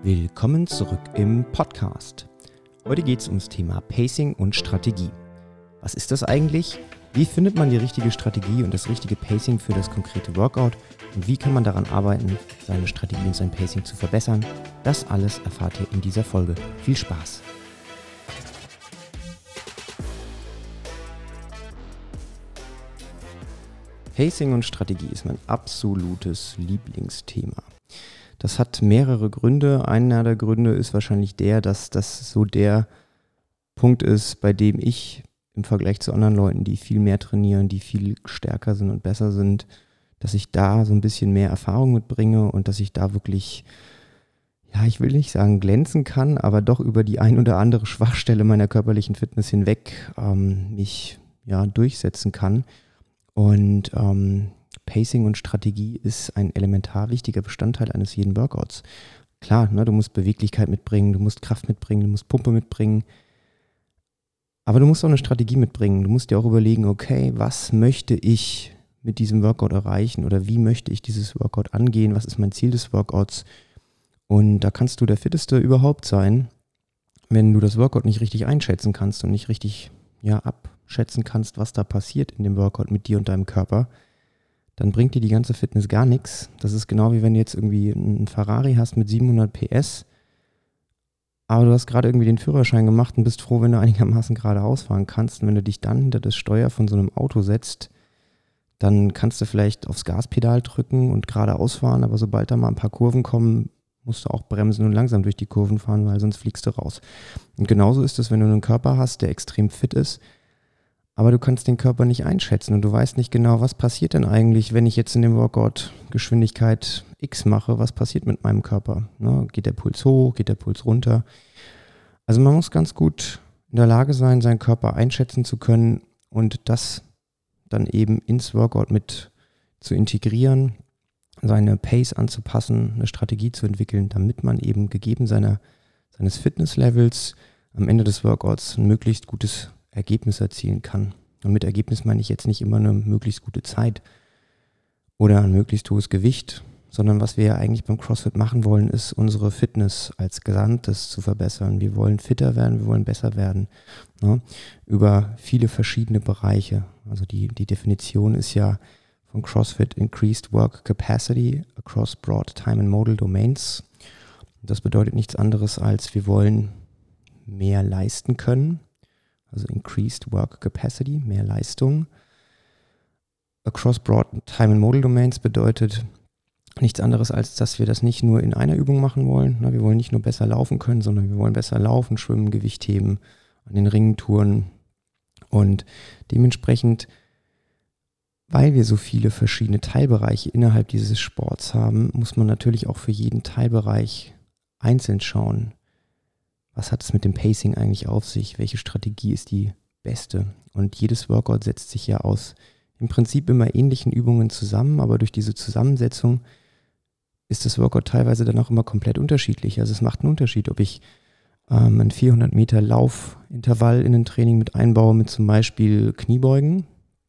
Willkommen zurück im Podcast. Heute geht es ums Thema Pacing und Strategie. Was ist das eigentlich? Wie findet man die richtige Strategie und das richtige Pacing für das konkrete Workout? Und wie kann man daran arbeiten, seine Strategie und sein Pacing zu verbessern? Das alles erfahrt ihr in dieser Folge. Viel Spaß! Pacing und Strategie ist mein absolutes Lieblingsthema. Das hat mehrere Gründe. Einer der Gründe ist wahrscheinlich der, dass das so der Punkt ist, bei dem ich im Vergleich zu anderen Leuten, die viel mehr trainieren, die viel stärker sind und besser sind, dass ich da so ein bisschen mehr Erfahrung mitbringe und dass ich da wirklich, ja, ich will nicht sagen glänzen kann, aber doch über die ein oder andere Schwachstelle meiner körperlichen Fitness hinweg mich durchsetzen kann. Und Pacing und Strategie ist ein elementar wichtiger Bestandteil eines jeden Workouts. Klar, du musst Beweglichkeit mitbringen, du musst Kraft mitbringen, du musst Pumpe mitbringen, aber du musst auch eine Strategie mitbringen. Du musst dir auch überlegen, okay, was möchte ich mit diesem Workout erreichen oder wie möchte ich dieses Workout angehen, was ist mein Ziel des Workouts? Und da kannst du der Fitteste überhaupt sein, wenn du das Workout nicht richtig einschätzen kannst und nicht richtig abschätzen kannst, was da passiert in dem Workout mit dir und deinem Körper. Dann bringt dir die ganze Fitness gar nichts. Das ist genau wie wenn du jetzt irgendwie einen Ferrari hast mit 700 PS, aber du hast gerade irgendwie den Führerschein gemacht und bist froh, wenn du einigermaßen geradeaus fahren kannst. Und wenn du dich dann hinter das Steuer von so einem Auto setzt, dann kannst du vielleicht aufs Gaspedal drücken und geradeaus fahren, aber sobald da mal ein paar Kurven kommen, musst du auch bremsen und langsam durch die Kurven fahren, weil sonst fliegst du raus. Und genauso ist es, wenn du einen Körper hast, der extrem fit ist, aber du kannst den Körper nicht einschätzen und du weißt nicht genau, was passiert denn eigentlich, wenn ich jetzt in dem Workout Geschwindigkeit X mache, was passiert mit meinem Körper? Geht der Puls hoch, geht der Puls runter? Also man muss ganz gut in der Lage sein, seinen Körper einschätzen zu können und das dann eben ins Workout mit zu integrieren, seine Pace anzupassen, eine Strategie zu entwickeln, damit man eben gegeben seines Fitnesslevels am Ende des Workouts ein möglichst gutes Ergebnis erzielen kann. Und mit Ergebnis meine ich jetzt nicht immer eine möglichst gute Zeit oder ein möglichst hohes Gewicht, sondern was wir ja eigentlich beim CrossFit machen wollen, ist unsere Fitness als Gesamtes zu verbessern. Wir wollen fitter werden, wir wollen besser werden, über viele verschiedene Bereiche. Also die Definition ist ja von CrossFit Increased Work Capacity across broad time and modal domains. Das bedeutet nichts anderes als, wir wollen mehr leisten können. Also Increased Work Capacity, mehr Leistung. Across Broad Time and Modal Domains bedeutet nichts anderes, als dass wir das nicht nur in einer Übung machen wollen. Wir wollen nicht nur besser laufen können, sondern wir wollen besser laufen, schwimmen, Gewicht heben, an den Ringen touren. Und dementsprechend, weil wir so viele verschiedene Teilbereiche innerhalb dieses Sports haben, muss man natürlich auch für jeden Teilbereich einzeln schauen. Was hat es mit dem Pacing eigentlich auf sich? Welche Strategie ist die beste? Und jedes Workout setzt sich ja aus im Prinzip immer ähnlichen Übungen zusammen, aber durch diese Zusammensetzung ist das Workout teilweise dann auch immer komplett unterschiedlich. Also es macht einen Unterschied, ob ich ein 400 Meter Laufintervall in ein Training mit einbaue, mit zum Beispiel Kniebeugen,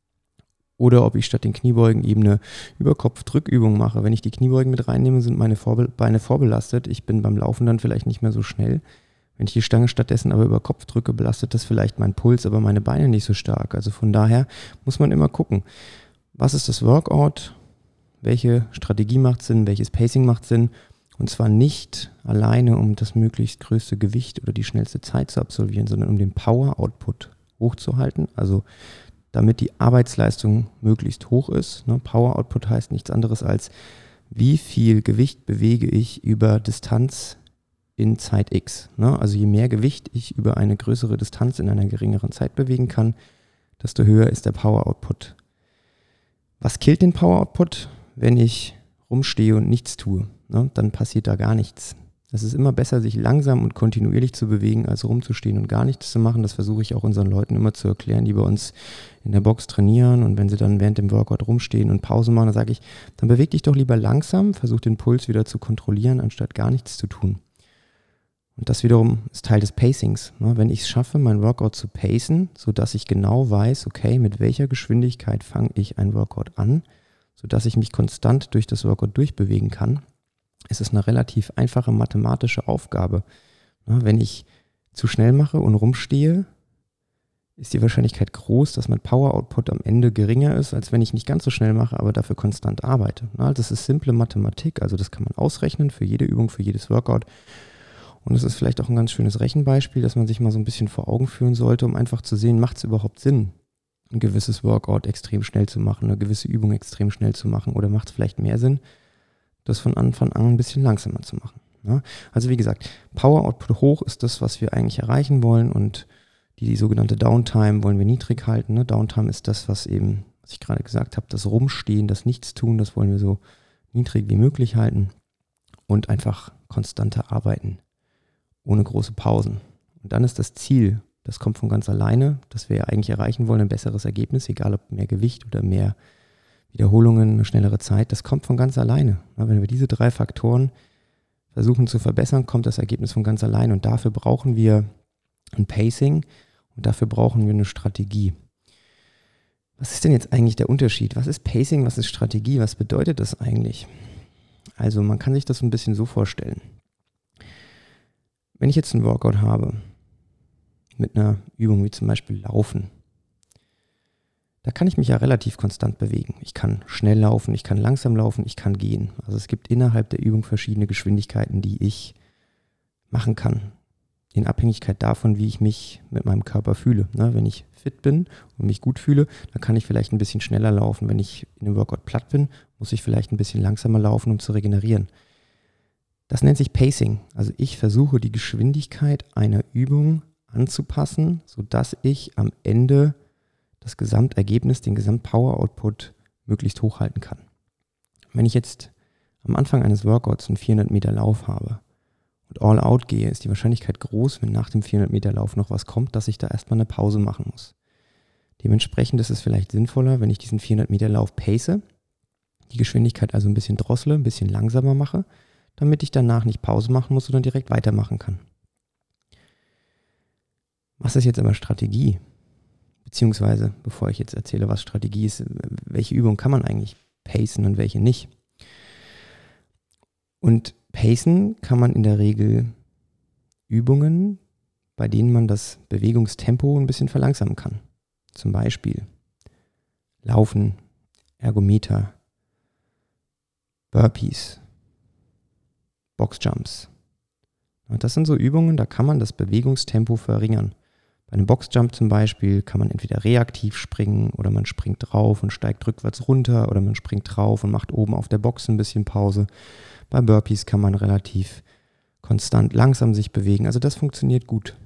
oder ob ich statt den Kniebeugen eben eine Überkopf-Drückübung mache. Wenn ich die Kniebeugen mit reinnehme, sind meine Beine vorbelastet. Ich bin beim Laufen dann vielleicht nicht mehr so schnell. Wenn ich die Stange stattdessen aber über Kopf drücke, belastet das vielleicht meinen Puls, aber meine Beine nicht so stark. Also von daher muss man immer gucken, was ist das Workout, welche Strategie macht Sinn, welches Pacing macht Sinn. Und zwar nicht alleine, um das möglichst größte Gewicht oder die schnellste Zeit zu absolvieren, sondern um den Power-Output hochzuhalten. Also damit die Arbeitsleistung möglichst hoch ist. Power-Output heißt nichts anderes als, wie viel Gewicht bewege ich über Distanz in Zeit X. Also je mehr Gewicht ich über eine größere Distanz in einer geringeren Zeit bewegen kann, desto höher ist der Power-Output. Was killt den Power-Output? Wenn ich rumstehe und nichts tue, dann passiert da gar nichts. Es ist immer besser, sich langsam und kontinuierlich zu bewegen, als rumzustehen und gar nichts zu machen. Das versuche ich auch unseren Leuten immer zu erklären, die bei uns in der Box trainieren. Und wenn sie dann während dem Workout rumstehen und Pause machen, dann sage ich, dann beweg dich doch lieber langsam, versuch den Puls wieder zu kontrollieren, anstatt gar nichts zu tun. Und das wiederum ist Teil des Pacings. Wenn ich es schaffe, mein Workout zu pacen, sodass ich genau weiß, okay, mit welcher Geschwindigkeit fange ich ein Workout an, sodass ich mich konstant durch das Workout durchbewegen kann, Es ist eine relativ einfache mathematische Aufgabe. Ja, wenn ich zu schnell mache und rumstehe, ist die Wahrscheinlichkeit groß, dass mein Power-Output am Ende geringer ist, als wenn ich nicht ganz so schnell mache, aber dafür konstant arbeite. Ja, das ist simple Mathematik, also das kann man ausrechnen für jede Übung, für jedes Workout. Und es ist vielleicht auch ein ganz schönes Rechenbeispiel, das man sich mal so ein bisschen vor Augen führen sollte, um einfach zu sehen, macht es überhaupt Sinn, ein gewisses Workout extrem schnell zu machen, eine gewisse Übung extrem schnell zu machen, oder macht es vielleicht mehr Sinn, das von Anfang an ein bisschen langsamer zu machen. Ja? Also wie gesagt, Power Output hoch ist das, was wir eigentlich erreichen wollen, und die sogenannte Downtime wollen wir niedrig halten. Ne? Downtime ist das, was ich gerade gesagt habe, das Rumstehen, das Nichtstun, das wollen wir so niedrig wie möglich halten und einfach konstanter arbeiten, ohne große Pausen. Und dann ist das Ziel, das kommt von ganz alleine, dass wir ja eigentlich erreichen wollen, ein besseres Ergebnis, egal ob mehr Gewicht oder mehr Wiederholungen, eine schnellere Zeit, das kommt von ganz alleine. Ja, wenn wir diese 3 Faktoren versuchen zu verbessern, kommt das Ergebnis von ganz alleine, und dafür brauchen wir ein Pacing und dafür brauchen wir eine Strategie. Was ist denn jetzt eigentlich der Unterschied? Was ist Pacing, was ist Strategie? Was bedeutet das eigentlich? Also man kann sich das ein bisschen so vorstellen. Wenn ich jetzt einen Workout habe, mit einer Übung wie zum Beispiel Laufen, da kann ich mich ja relativ konstant bewegen. Ich kann schnell laufen, ich kann langsam laufen, ich kann gehen. Also es gibt innerhalb der Übung verschiedene Geschwindigkeiten, die ich machen kann, in Abhängigkeit davon, wie ich mich mit meinem Körper fühle. Ne, wenn ich fit bin und mich gut fühle, dann kann ich vielleicht ein bisschen schneller laufen. Wenn ich in einem Workout platt bin, muss ich vielleicht ein bisschen langsamer laufen, um zu regenerieren. Das nennt sich Pacing. Also ich versuche, die Geschwindigkeit einer Übung anzupassen, sodass ich am Ende das Gesamtergebnis, den Gesamt-Power-Output möglichst hochhalten kann. Wenn ich jetzt am Anfang eines Workouts einen 400 Meter Lauf habe und all out gehe, ist die Wahrscheinlichkeit groß, wenn nach dem 400 Meter Lauf noch was kommt, dass ich da erstmal eine Pause machen muss. Dementsprechend ist es vielleicht sinnvoller, wenn ich diesen 400 Meter Lauf pace, die Geschwindigkeit also ein bisschen drossle, ein bisschen langsamer mache, damit ich danach nicht Pause machen muss, sondern direkt weitermachen kann. Was ist jetzt aber Strategie? Beziehungsweise, bevor ich jetzt erzähle, was Strategie ist, welche Übung kann man eigentlich pacen und welche nicht? Und pacen kann man in der Regel Übungen, bei denen man das Bewegungstempo ein bisschen verlangsamen kann. Zum Beispiel Laufen, Ergometer, Burpees, Boxjumps. Und das sind so Übungen, da kann man das Bewegungstempo verringern. Bei einem Boxjump zum Beispiel kann man entweder reaktiv springen oder man springt drauf und steigt rückwärts runter oder man springt drauf und macht oben auf der Box ein bisschen Pause. Bei Burpees kann man relativ konstant langsam sich bewegen. Also das funktioniert gut.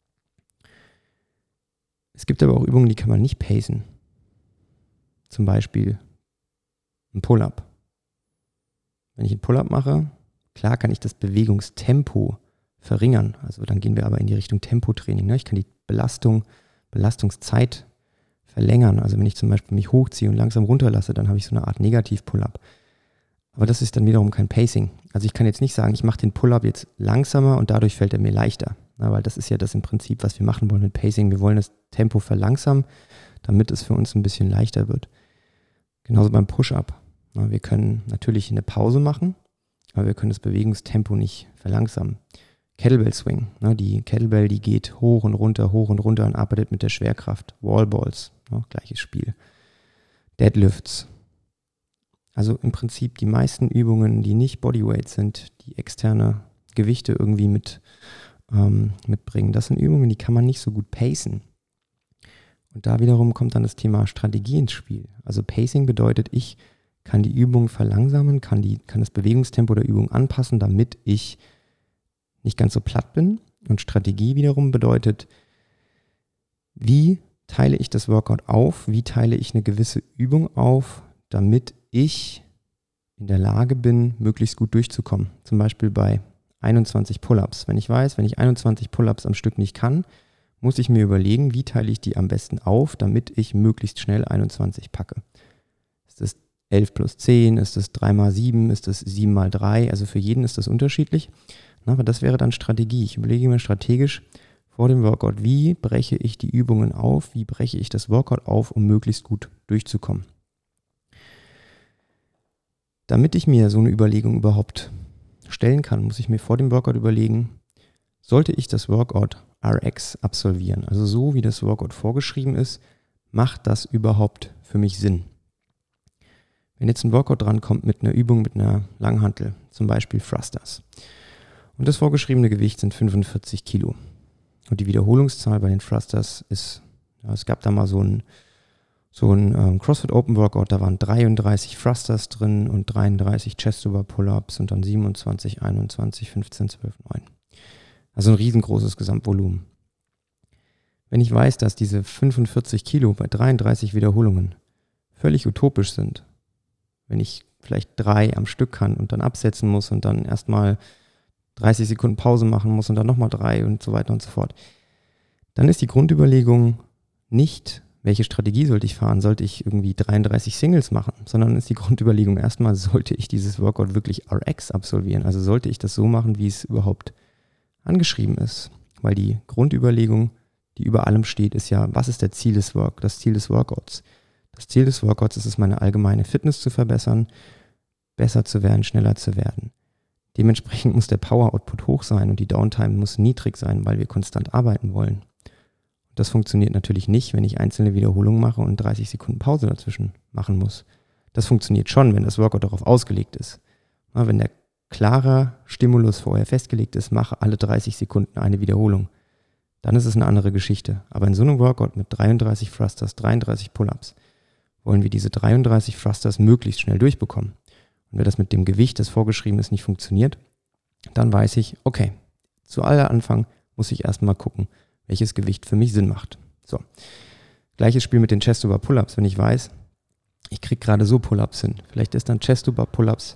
Es gibt aber auch Übungen, die kann man nicht pacen. Zum Beispiel ein Pull-up. Wenn ich einen Pull-up mache, klar kann ich das Bewegungstempo verringern. Also dann gehen wir aber in die Richtung Tempotraining. Ne? Ich kann die Belastungszeit verlängern. Also wenn ich zum Beispiel mich hochziehe und langsam runterlasse, dann habe ich so eine Art Negativ-Pull-up. Aber das ist dann wiederum kein Pacing. Also ich kann jetzt nicht sagen, ich mache den Pull-up jetzt langsamer und dadurch fällt er mir leichter. Na, weil das ist ja das im Prinzip, was wir machen wollen mit Pacing. Wir wollen das Tempo verlangsamen, damit es für uns ein bisschen leichter wird. Genauso beim Push-up. Na, wir können natürlich eine Pause machen, aber wir können das Bewegungstempo nicht verlangsamen. Kettlebell Swing. Ne, die Kettlebell, die geht hoch und runter und arbeitet mit der Schwerkraft. Wallballs, ne, gleiches Spiel. Deadlifts. Also im Prinzip die meisten Übungen, die nicht Bodyweight sind, die externe Gewichte irgendwie mitbringen. Das sind Übungen, die kann man nicht so gut pacen. Und da wiederum kommt dann das Thema Strategie ins Spiel. Also Pacing bedeutet, ich kann die Übung verlangsamen, kann das Bewegungstempo der Übung anpassen, damit ich nicht ganz so platt bin. Und Strategie wiederum bedeutet, wie teile ich das Workout auf, wie teile ich eine gewisse Übung auf, damit ich in der Lage bin, möglichst gut durchzukommen. Zum Beispiel bei 21 Pull-ups. Wenn ich weiß, wenn ich 21 Pull-ups am Stück nicht kann, muss ich mir überlegen, wie teile ich die am besten auf, damit ich möglichst schnell 21 packe. Ist das 11 plus 10, ist das 3 mal 7, ist das 7 mal 3? Also für jeden ist das unterschiedlich. Aber das wäre dann Strategie. Ich überlege mir strategisch vor dem Workout, wie breche ich die Übungen auf, wie breche ich das Workout auf, um möglichst gut durchzukommen. Damit ich mir so eine Überlegung überhaupt stellen kann, muss ich mir vor dem Workout überlegen, sollte ich das Workout RX absolvieren, also so wie das Workout vorgeschrieben ist, macht das überhaupt für mich Sinn? Wenn jetzt ein Workout drankommt mit einer Übung mit einer Langhantel, zum Beispiel Thrusters, und das vorgeschriebene Gewicht sind 45 Kilo und die Wiederholungszahl bei den Thrusters ist, ja, es gab da mal so ein CrossFit Open Workout, da waren 33 Thrusters drin und 33 Chest-Over Pull-Ups und dann 27, 21, 15, 12, 9. Also ein riesengroßes Gesamtvolumen. Wenn ich weiß, dass diese 45 Kilo bei 33 Wiederholungen völlig utopisch sind, wenn ich vielleicht 3 am Stück kann und dann absetzen muss und dann erstmal 30 Sekunden Pause machen muss und dann nochmal 3 und so weiter und so fort, dann ist die Grundüberlegung nicht, welche Strategie sollte ich fahren? Sollte ich irgendwie 33 Singles machen? Sondern ist die Grundüberlegung erstmal, sollte ich dieses Workout wirklich RX absolvieren? Also sollte ich das so machen, wie es überhaupt angeschrieben ist? Weil die Grundüberlegung, die über allem steht, ist ja, was ist das Ziel des Workouts? Das Ziel des Workouts ist es, meine allgemeine Fitness zu verbessern, besser zu werden, schneller zu werden. Dementsprechend muss der Power-Output hoch sein und die Downtime muss niedrig sein, weil wir konstant arbeiten wollen. Das funktioniert natürlich nicht, wenn ich einzelne Wiederholungen mache und 30 Sekunden Pause dazwischen machen muss. Das funktioniert schon, wenn das Workout darauf ausgelegt ist. Wenn der klare Stimulus vorher festgelegt ist, mache alle 30 Sekunden eine Wiederholung. Dann ist es eine andere Geschichte. Aber in so einem Workout mit 33 Thrusters, 33 Pull-Ups, wollen wir diese 33 Thrusters möglichst schnell durchbekommen. Und wenn das mit dem Gewicht, das vorgeschrieben ist, nicht funktioniert, dann weiß ich, okay, zu aller Anfang muss ich erstmal gucken, welches Gewicht für mich Sinn macht. So, gleiches Spiel mit den Chest-Over-Pull-Ups. Wenn ich weiß, ich kriege gerade so Pull-Ups hin, vielleicht ist dann Chest-Over-Pull-Ups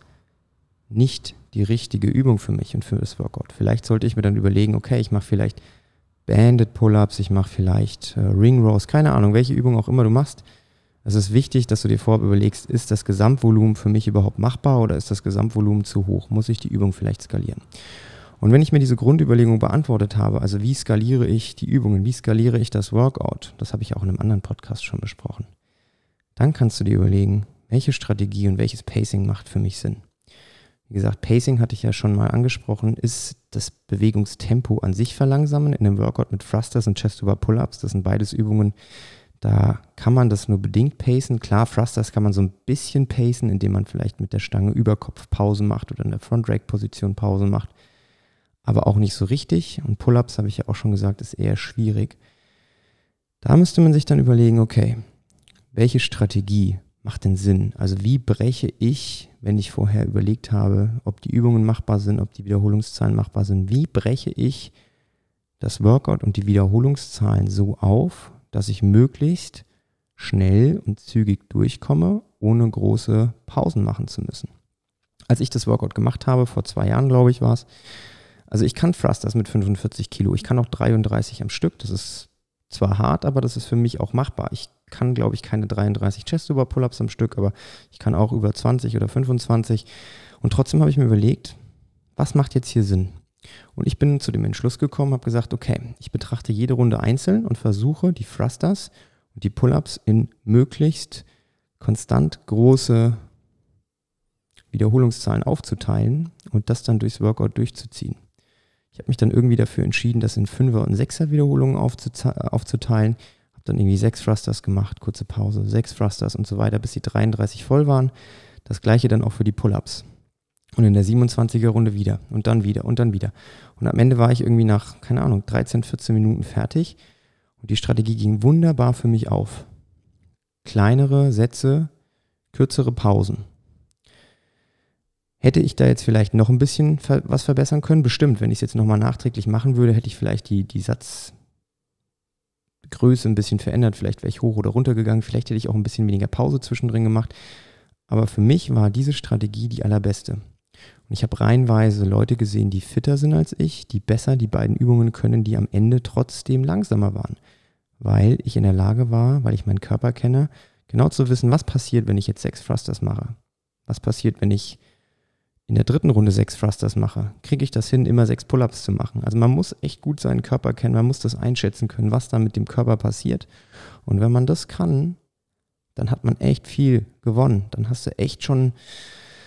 nicht die richtige Übung für mich und für das Workout. Vielleicht sollte ich mir dann überlegen, okay, ich mache vielleicht Banded Pull-Ups, ich mache vielleicht Ring Rows, keine Ahnung, welche Übung auch immer du machst. Es ist wichtig, dass du dir vorab überlegst, ist das Gesamtvolumen für mich überhaupt machbar oder ist das Gesamtvolumen zu hoch? Muss ich die Übung vielleicht skalieren? Und wenn ich mir diese Grundüberlegung beantwortet habe, also wie skaliere ich die Übungen, wie skaliere ich das Workout, das habe ich auch in einem anderen Podcast schon besprochen, dann kannst du dir überlegen, welche Strategie und welches Pacing macht für mich Sinn. Wie gesagt, Pacing hatte ich ja schon mal angesprochen, ist das Bewegungstempo an sich verlangsamen in einem Workout mit Thrusters und Chest-Over-Pull-Ups. Das sind beides Übungen, da kann man das nur bedingt pacen. Klar, Thrusters kann man so ein bisschen pacen, indem man vielleicht mit der Stange über Kopf Pausen macht oder in der Front-Rack-Position Pausen macht, aber auch nicht so richtig. Und Pull-Ups, habe ich ja auch schon gesagt, ist eher schwierig. Da müsste man sich dann überlegen, okay, welche Strategie macht denn Sinn? Also wie breche ich, wenn ich vorher überlegt habe, ob die Übungen machbar sind, ob die Wiederholungszahlen machbar sind, wie breche ich das Workout und die Wiederholungszahlen so auf, dass ich möglichst schnell und zügig durchkomme, ohne große Pausen machen zu müssen. Als ich das Workout gemacht habe, vor 2 Jahren, glaube ich, war es, also ich kann Thrusters mit 45 Kilo, ich kann auch 33 am Stück, das ist zwar hart, aber das ist für mich auch machbar. Ich kann, glaube ich, keine 33 Chest-Over-Pull-Ups am Stück, aber ich kann auch über 20 oder 25. Und trotzdem habe ich mir überlegt, was macht jetzt hier Sinn? Und ich bin zu dem Entschluss gekommen, habe gesagt, okay, ich betrachte jede Runde einzeln und versuche die Thrusters und die Pull-Ups in möglichst konstant große Wiederholungszahlen aufzuteilen und das dann durchs Workout durchzuziehen. Ich habe mich dann irgendwie dafür entschieden, das in 5er und 6er Wiederholungen aufzuteilen. Habe dann irgendwie 6 Thrusters gemacht, kurze Pause, 6 Thrusters und so weiter, bis die 33 voll waren. Das gleiche dann auch für die Pull-Ups. Und in der 27er Runde wieder und dann wieder und dann wieder. Und am Ende war ich irgendwie nach, 13, 14 Minuten fertig. Und die Strategie ging wunderbar für mich auf. Kleinere Sätze, kürzere Pausen. Hätte ich da jetzt vielleicht noch ein bisschen was verbessern können? Bestimmt, wenn ich es jetzt nochmal nachträglich machen würde, hätte ich vielleicht die Satzgröße ein bisschen verändert. Vielleicht wäre ich hoch oder runter gegangen. Vielleicht hätte ich auch ein bisschen weniger Pause zwischendrin gemacht. Aber für mich war diese Strategie die allerbeste. Und ich habe reihenweise Leute gesehen, die fitter sind als ich, die besser die beiden Übungen können, die am Ende trotzdem langsamer waren. Weil ich in der Lage war, weil ich meinen Körper kenne, genau zu wissen, was passiert, wenn ich jetzt 6 Thrusters mache. Was passiert, wenn ich in der 3. Runde 6 Thrusters mache? Kriege ich das hin, immer 6 Pull-Ups zu machen? Also man muss echt gut seinen Körper kennen, man muss das einschätzen können, was da mit dem Körper passiert. Und wenn man das kann, dann hat man echt viel gewonnen. Dann hast du echt schon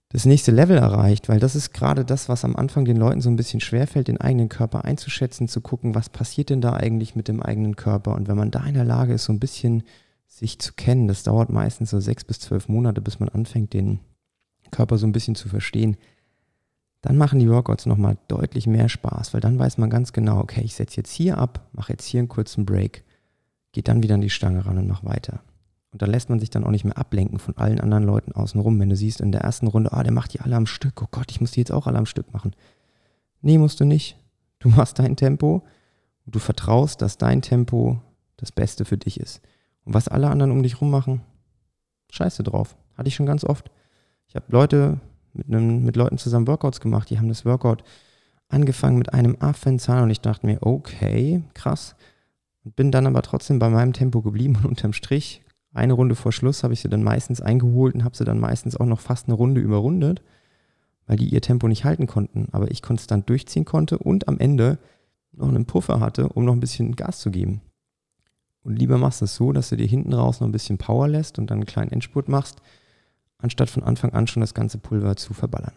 das nächste Level erreicht, weil das ist gerade das, was am Anfang den Leuten so ein bisschen schwerfällt, den eigenen Körper einzuschätzen, zu gucken, was passiert denn da eigentlich mit dem eigenen Körper. Und wenn man da in der Lage ist, so ein bisschen sich zu kennen, das dauert meistens so 6 bis 12 Monate, bis man anfängt, den Körper so ein bisschen zu verstehen, dann machen die Workouts nochmal deutlich mehr Spaß, weil dann weiß man ganz genau, okay, ich setze jetzt hier ab, mache jetzt hier einen kurzen Break, gehe dann wieder an die Stange ran und mache weiter. Und dann lässt man sich dann auch nicht mehr ablenken von allen anderen Leuten außenrum. Wenn du siehst in der ersten Runde, der macht die alle am Stück, oh Gott, ich muss die jetzt auch alle am Stück machen. Nee, musst du nicht. Du machst dein Tempo und du vertraust, dass dein Tempo das Beste für dich ist. Und was alle anderen um dich rum machen, scheiße drauf. Hatte ich schon ganz oft. Ich habe mit Leuten zusammen Workouts gemacht, die haben das Workout angefangen mit einem Affenzahn und ich dachte mir, okay, krass. Und bin dann aber trotzdem bei meinem Tempo geblieben und unterm Strich, eine Runde vor Schluss habe ich sie dann meistens eingeholt und habe sie dann meistens auch noch fast eine Runde überrundet, weil die ihr Tempo nicht halten konnten, aber ich konstant durchziehen konnte und am Ende noch einen Puffer hatte, um noch ein bisschen Gas zu geben. Und lieber machst du es so, dass du dir hinten raus noch ein bisschen Power lässt und dann einen kleinen Endspurt machst, anstatt von Anfang an schon das ganze Pulver zu verballern.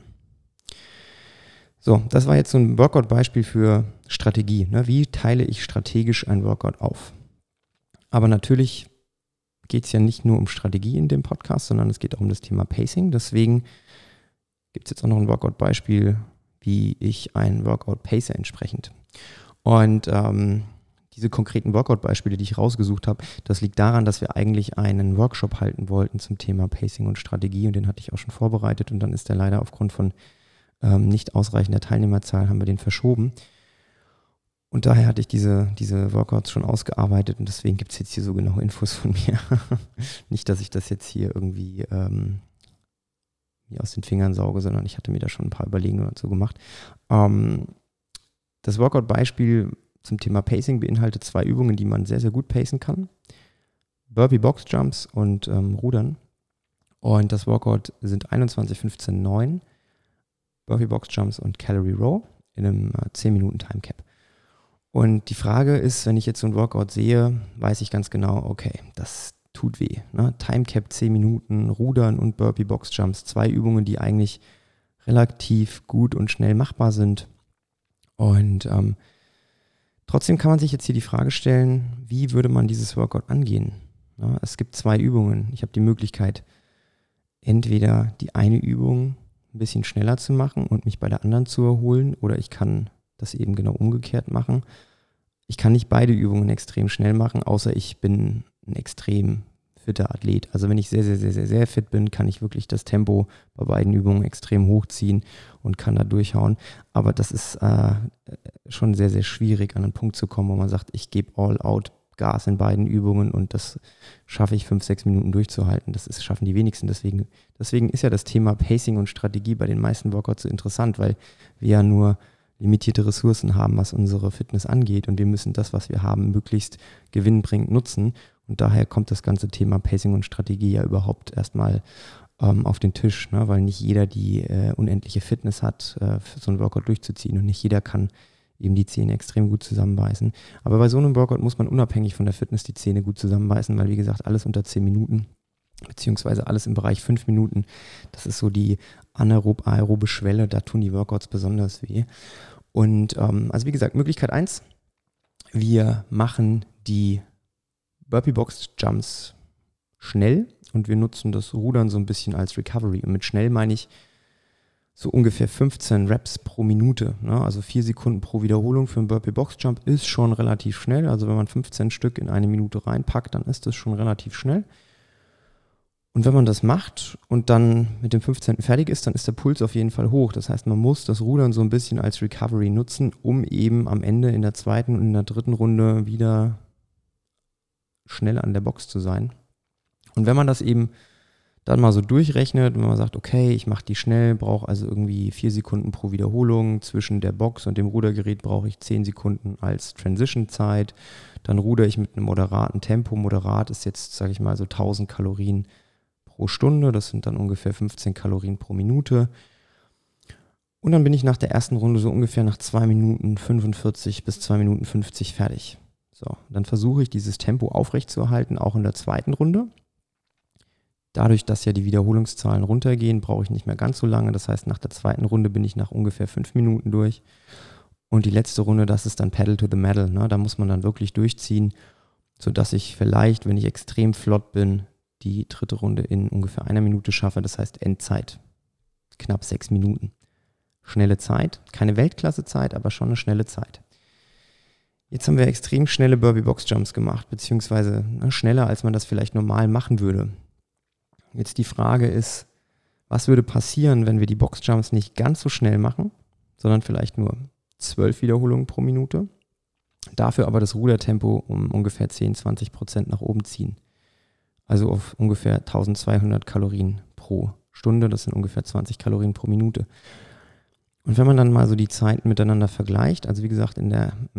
So, das war jetzt so ein Workout-Beispiel für Strategie. Ne? Wie teile ich strategisch ein Workout auf? Aber natürlich geht es ja nicht nur um Strategie in dem Podcast, sondern es geht auch um das Thema Pacing. Deswegen gibt es jetzt auch noch ein Workout-Beispiel, wie ich ein Workout pace entsprechend. Und diese konkreten Workout-Beispiele, die ich rausgesucht habe, das liegt daran, dass wir eigentlich einen Workshop halten wollten zum Thema Pacing und Strategie und den hatte ich auch schon vorbereitet und dann ist der leider aufgrund von nicht ausreichender Teilnehmerzahl haben wir den verschoben. Und daher hatte ich diese Workouts schon ausgearbeitet und deswegen gibt es jetzt hier so genaue Infos von mir. Nicht, dass ich das jetzt hier irgendwie mir aus den Fingern sauge, sondern ich hatte mir da schon ein paar Überlegungen dazu gemacht. Das Workout-Beispiel zum Thema Pacing beinhaltet 2 Übungen, die man sehr, sehr gut pacen kann. Burpee Box Jumps und Rudern. Und das Workout sind 21, 15, 9. Burpee Box Jumps und Calorie Row in einem 10 Minuten Time Cap. Und die Frage ist, wenn ich jetzt so ein Workout sehe, weiß ich ganz genau, okay, das tut weh. Ne? Time Cap 10 Minuten, Rudern und Burpee Box Jumps. 2 Übungen, die eigentlich relativ gut und schnell machbar sind. Und trotzdem kann man sich jetzt hier die Frage stellen, wie würde man dieses Workout angehen? Ja, es gibt 2 Übungen. Ich habe die Möglichkeit, entweder die eine Übung ein bisschen schneller zu machen und mich bei der anderen zu erholen, oder ich kann das eben genau umgekehrt machen. Ich kann nicht beide Übungen extrem schnell machen, außer ich bin ein extrem fitter Athlet. Also wenn ich sehr, sehr, sehr, sehr, sehr fit bin, kann ich wirklich das Tempo bei beiden Übungen extrem hochziehen und kann da durchhauen. Aber das ist schon sehr, sehr schwierig, an einen Punkt zu kommen, wo man sagt, ich gebe all out Gas in beiden Übungen und das schaffe ich 5, 6 Minuten durchzuhalten. Das schaffen die wenigsten. Deswegen ist ja das Thema Pacing und Strategie bei den meisten Workouts so interessant, weil wir ja nur limitierte Ressourcen haben, was unsere Fitness angeht und wir müssen das, was wir haben, möglichst gewinnbringend nutzen und daher kommt das ganze Thema Pacing und Strategie ja überhaupt erstmal auf den Tisch, ne? Weil nicht jeder die unendliche Fitness hat, so ein Workout durchzuziehen und nicht jeder kann eben die Zähne extrem gut zusammenbeißen. Aber bei so einem Workout muss man unabhängig von der Fitness die Zähne gut zusammenbeißen, weil wie gesagt, alles unter 10 Minuten beziehungsweise alles im Bereich 5 Minuten, das ist so die aerobe Schwelle, da tun die Workouts besonders weh. Und also wie gesagt, Möglichkeit 1, wir machen die Burpee Box Jumps schnell und wir nutzen das Rudern so ein bisschen als Recovery. Und mit schnell meine ich so ungefähr 15 Reps pro Minute. Ne? Also 4 Sekunden pro Wiederholung für einen Burpee Box Jump ist schon relativ schnell. Also wenn man 15 Stück in eine Minute reinpackt, dann ist das schon relativ schnell. Und wenn man das macht und dann mit dem 15. fertig ist, dann ist der Puls auf jeden Fall hoch. Das heißt, man muss das Rudern so ein bisschen als Recovery nutzen, um eben am Ende in der 2. und in der 3. Runde wieder schnell an der Box zu sein. Und wenn man das eben dann mal so durchrechnet, wenn man sagt, okay, ich mache die schnell, brauche also irgendwie 4 Sekunden pro Wiederholung, zwischen der Box und dem Rudergerät brauche ich 10 Sekunden als Transition-Zeit, dann rudere ich mit einem moderaten Tempo. Moderat ist jetzt, sage ich mal, so 1000 Kalorien pro Stunde, das sind dann ungefähr 15 Kalorien pro Minute. Und dann bin ich nach der ersten Runde so ungefähr nach 2 Minuten 45 bis 2 Minuten 50 fertig. So, dann versuche ich dieses Tempo aufrechtzuerhalten, auch in der 2. Runde. Dadurch, dass ja die Wiederholungszahlen runtergehen, brauche ich nicht mehr ganz so lange. Das heißt, nach der zweiten Runde bin ich nach ungefähr 5 Minuten durch. Und die letzte Runde, das ist dann Pedal to the Metal. Ne? Da muss man dann wirklich durchziehen, sodass ich vielleicht, wenn ich extrem flott bin, die dritte Runde in ungefähr 1 Minute schaffe. Das heißt Endzeit, knapp 6 Minuten. Schnelle Zeit, keine Weltklasse-Zeit, aber schon eine schnelle Zeit. Jetzt haben wir extrem schnelle Burpee-Box-Jumps gemacht, beziehungsweise schneller, als man das vielleicht normal machen würde. Jetzt die Frage ist, was würde passieren, wenn wir die Boxjumps nicht ganz so schnell machen, sondern vielleicht nur 12 Wiederholungen pro Minute, dafür aber das Rudertempo um ungefähr 10-20% nach oben ziehen. Also auf ungefähr 1200 Kalorien pro Stunde, das sind ungefähr 20 Kalorien pro Minute. Und wenn man dann mal so die Zeiten miteinander vergleicht, also wie gesagt im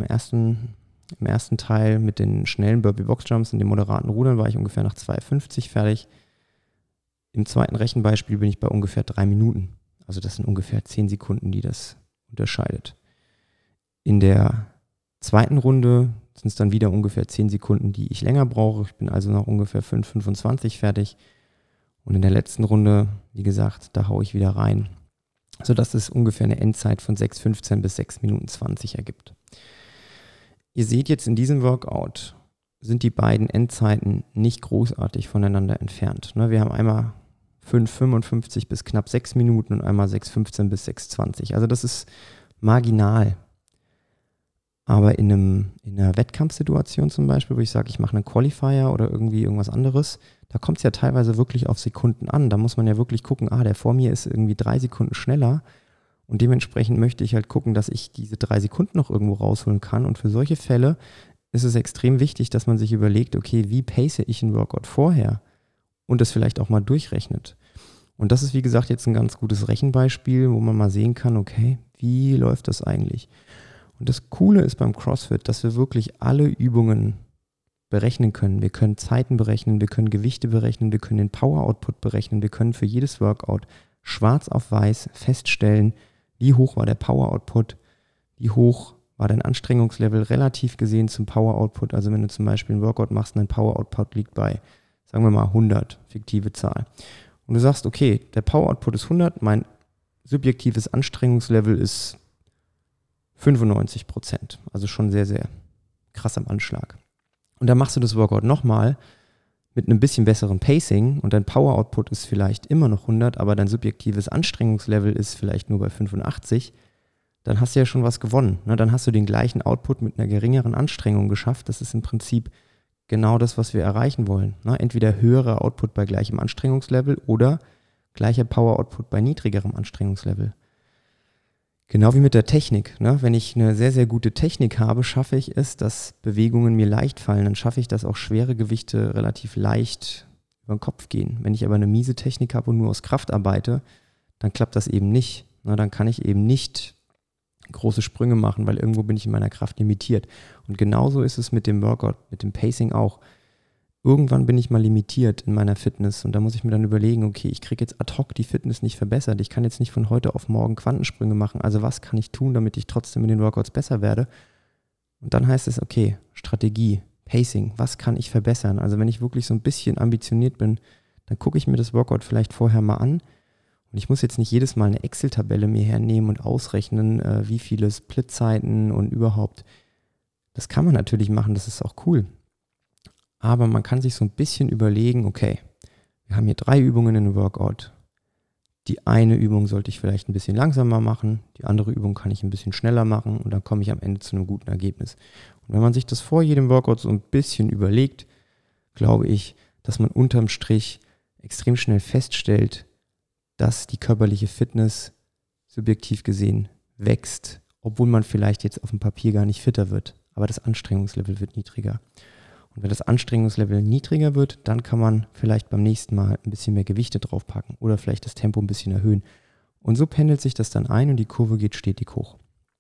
ersten Teil mit den schnellen Burpee-Box-Jumps und dem moderaten Rudern war ich ungefähr nach 2,50 fertig. Im zweiten Rechenbeispiel bin ich bei ungefähr 3 Minuten. Also das sind ungefähr 10 Sekunden, die das unterscheidet. In der zweiten Runde sind es dann wieder ungefähr 10 Sekunden, die ich länger brauche. Ich bin also nach ungefähr 5,25 fertig. Und in der letzten Runde, wie gesagt, da haue ich wieder rein, sodass es ungefähr eine Endzeit von 6,15 bis 6 Minuten 20 ergibt. Ihr seht jetzt in diesem Workout, sind die beiden Endzeiten nicht großartig voneinander entfernt. Wir haben einmal 5,55 bis knapp 6 Minuten und einmal 6,15 bis 6,20. Also das ist marginal. Aber in einer Wettkampfsituation zum Beispiel, wo ich sage, ich mache einen Qualifier oder irgendwie irgendwas anderes, da kommt es ja teilweise wirklich auf Sekunden an. Da muss man ja wirklich gucken, der vor mir ist irgendwie 3 Sekunden schneller und dementsprechend möchte ich halt gucken, dass ich diese 3 Sekunden noch irgendwo rausholen kann. Und für solche Fälle ist es extrem wichtig, dass man sich überlegt, okay, wie pace ich einen Workout vorher und das vielleicht auch mal durchrechnet. Und das ist, wie gesagt, jetzt ein ganz gutes Rechenbeispiel, wo man mal sehen kann, okay, wie läuft das eigentlich? Und das Coole ist beim CrossFit, dass wir wirklich alle Übungen berechnen können. Wir können Zeiten berechnen, wir können Gewichte berechnen, wir können den Power-Output berechnen, wir können für jedes Workout schwarz auf weiß feststellen, wie hoch war der Power-Output, wie hoch war dein Anstrengungslevel relativ gesehen zum Power-Output. Also wenn du zum Beispiel ein Workout machst und dein Power-Output liegt bei, sagen wir mal 100, fiktive Zahl. Und du sagst, okay, der Power-Output ist 100, mein subjektives Anstrengungslevel ist 95%, also schon sehr, sehr krass am Anschlag. Und dann machst du das Workout nochmal mit einem bisschen besseren Pacing und dein Power-Output ist vielleicht immer noch 100, aber dein subjektives Anstrengungslevel ist vielleicht nur bei 85, dann hast du ja schon was gewonnen. Dann hast du den gleichen Output mit einer geringeren Anstrengung geschafft. Das ist im Prinzip genau das, was wir erreichen wollen. Entweder höherer Output bei gleichem Anstrengungslevel oder gleicher Power-Output bei niedrigerem Anstrengungslevel. Genau wie mit der Technik. Wenn ich eine sehr, sehr gute Technik habe, schaffe ich es, dass Bewegungen mir leicht fallen. Dann schaffe ich, dass auch schwere Gewichte relativ leicht über den Kopf gehen. Wenn ich aber eine miese Technik habe und nur aus Kraft arbeite, dann klappt das eben nicht. Dann kann ich eben nicht große Sprünge machen, weil irgendwo bin ich in meiner Kraft limitiert. Und genauso ist es mit dem Workout, mit dem Pacing auch. Irgendwann bin ich mal limitiert in meiner Fitness und da muss ich mir dann überlegen, okay, ich kriege jetzt ad hoc die Fitness nicht verbessert. Ich kann jetzt nicht von heute auf morgen Quantensprünge machen. Also was kann ich tun, damit ich trotzdem in den Workouts besser werde? Und dann heißt es, okay, Strategie, Pacing, was kann ich verbessern? Also wenn ich wirklich so ein bisschen ambitioniert bin, dann gucke ich mir das Workout vielleicht vorher mal an. Und ich muss jetzt nicht jedes Mal eine Excel-Tabelle mir hernehmen und ausrechnen, wie viele Split-Zeiten und überhaupt. Das kann man natürlich machen, das ist auch cool. Aber man kann sich so ein bisschen überlegen, okay, wir haben hier 3 Übungen in einem Workout. Die eine Übung sollte ich vielleicht ein bisschen langsamer machen, die andere Übung kann ich ein bisschen schneller machen und dann komme ich am Ende zu einem guten Ergebnis. Und wenn man sich das vor jedem Workout so ein bisschen überlegt, glaube ich, dass man unterm Strich extrem schnell feststellt, dass die körperliche Fitness subjektiv gesehen wächst, obwohl man vielleicht jetzt auf dem Papier gar nicht fitter wird, aber das Anstrengungslevel wird niedriger. Und wenn das Anstrengungslevel niedriger wird, dann kann man vielleicht beim nächsten Mal ein bisschen mehr Gewichte draufpacken oder vielleicht das Tempo ein bisschen erhöhen. Und so pendelt sich das dann ein und die Kurve geht stetig hoch.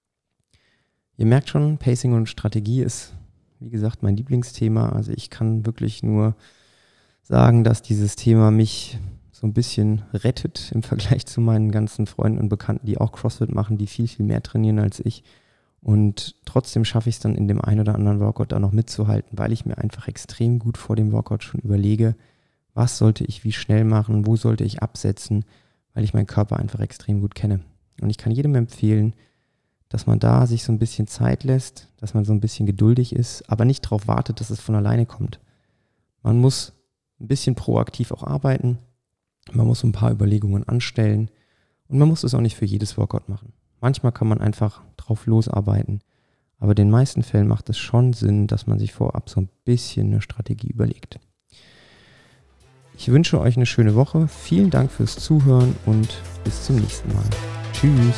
Ihr merkt schon, Pacing und Strategie ist, wie gesagt, mein Lieblingsthema. Also ich kann wirklich nur sagen, dass dieses Thema mich so ein bisschen rettet im Vergleich zu meinen ganzen Freunden und Bekannten, die auch CrossFit machen, die viel, viel mehr trainieren als ich. Und trotzdem schaffe ich es dann in dem einen oder anderen Workout da noch mitzuhalten, weil ich mir einfach extrem gut vor dem Workout schon überlege, was sollte ich wie schnell machen, wo sollte ich absetzen, weil ich meinen Körper einfach extrem gut kenne. Und ich kann jedem empfehlen, dass man da sich so ein bisschen Zeit lässt, dass man so ein bisschen geduldig ist, aber nicht darauf wartet, dass es von alleine kommt. Man muss ein bisschen proaktiv auch arbeiten, man muss ein paar Überlegungen anstellen und man muss es auch nicht für jedes Workout machen. Manchmal kann man einfach drauf losarbeiten, aber in den meisten Fällen macht es schon Sinn, dass man sich vorab so ein bisschen eine Strategie überlegt. Ich wünsche euch eine schöne Woche, vielen Dank fürs Zuhören und bis zum nächsten Mal. Tschüss!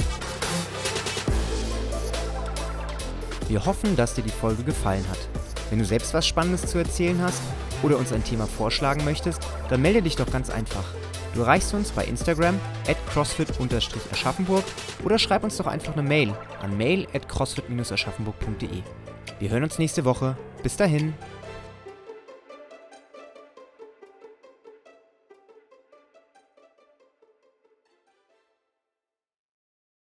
Wir hoffen, dass dir die Folge gefallen hat. Wenn du selbst was Spannendes zu erzählen hast oder uns ein Thema vorschlagen möchtest, dann melde dich doch ganz einfach. Du erreichst uns bei Instagram @crossfit_aschaffenburg oder schreib uns doch einfach eine Mail an mail@crossfit-aschaffenburg.de. Wir hören uns nächste Woche. Bis dahin.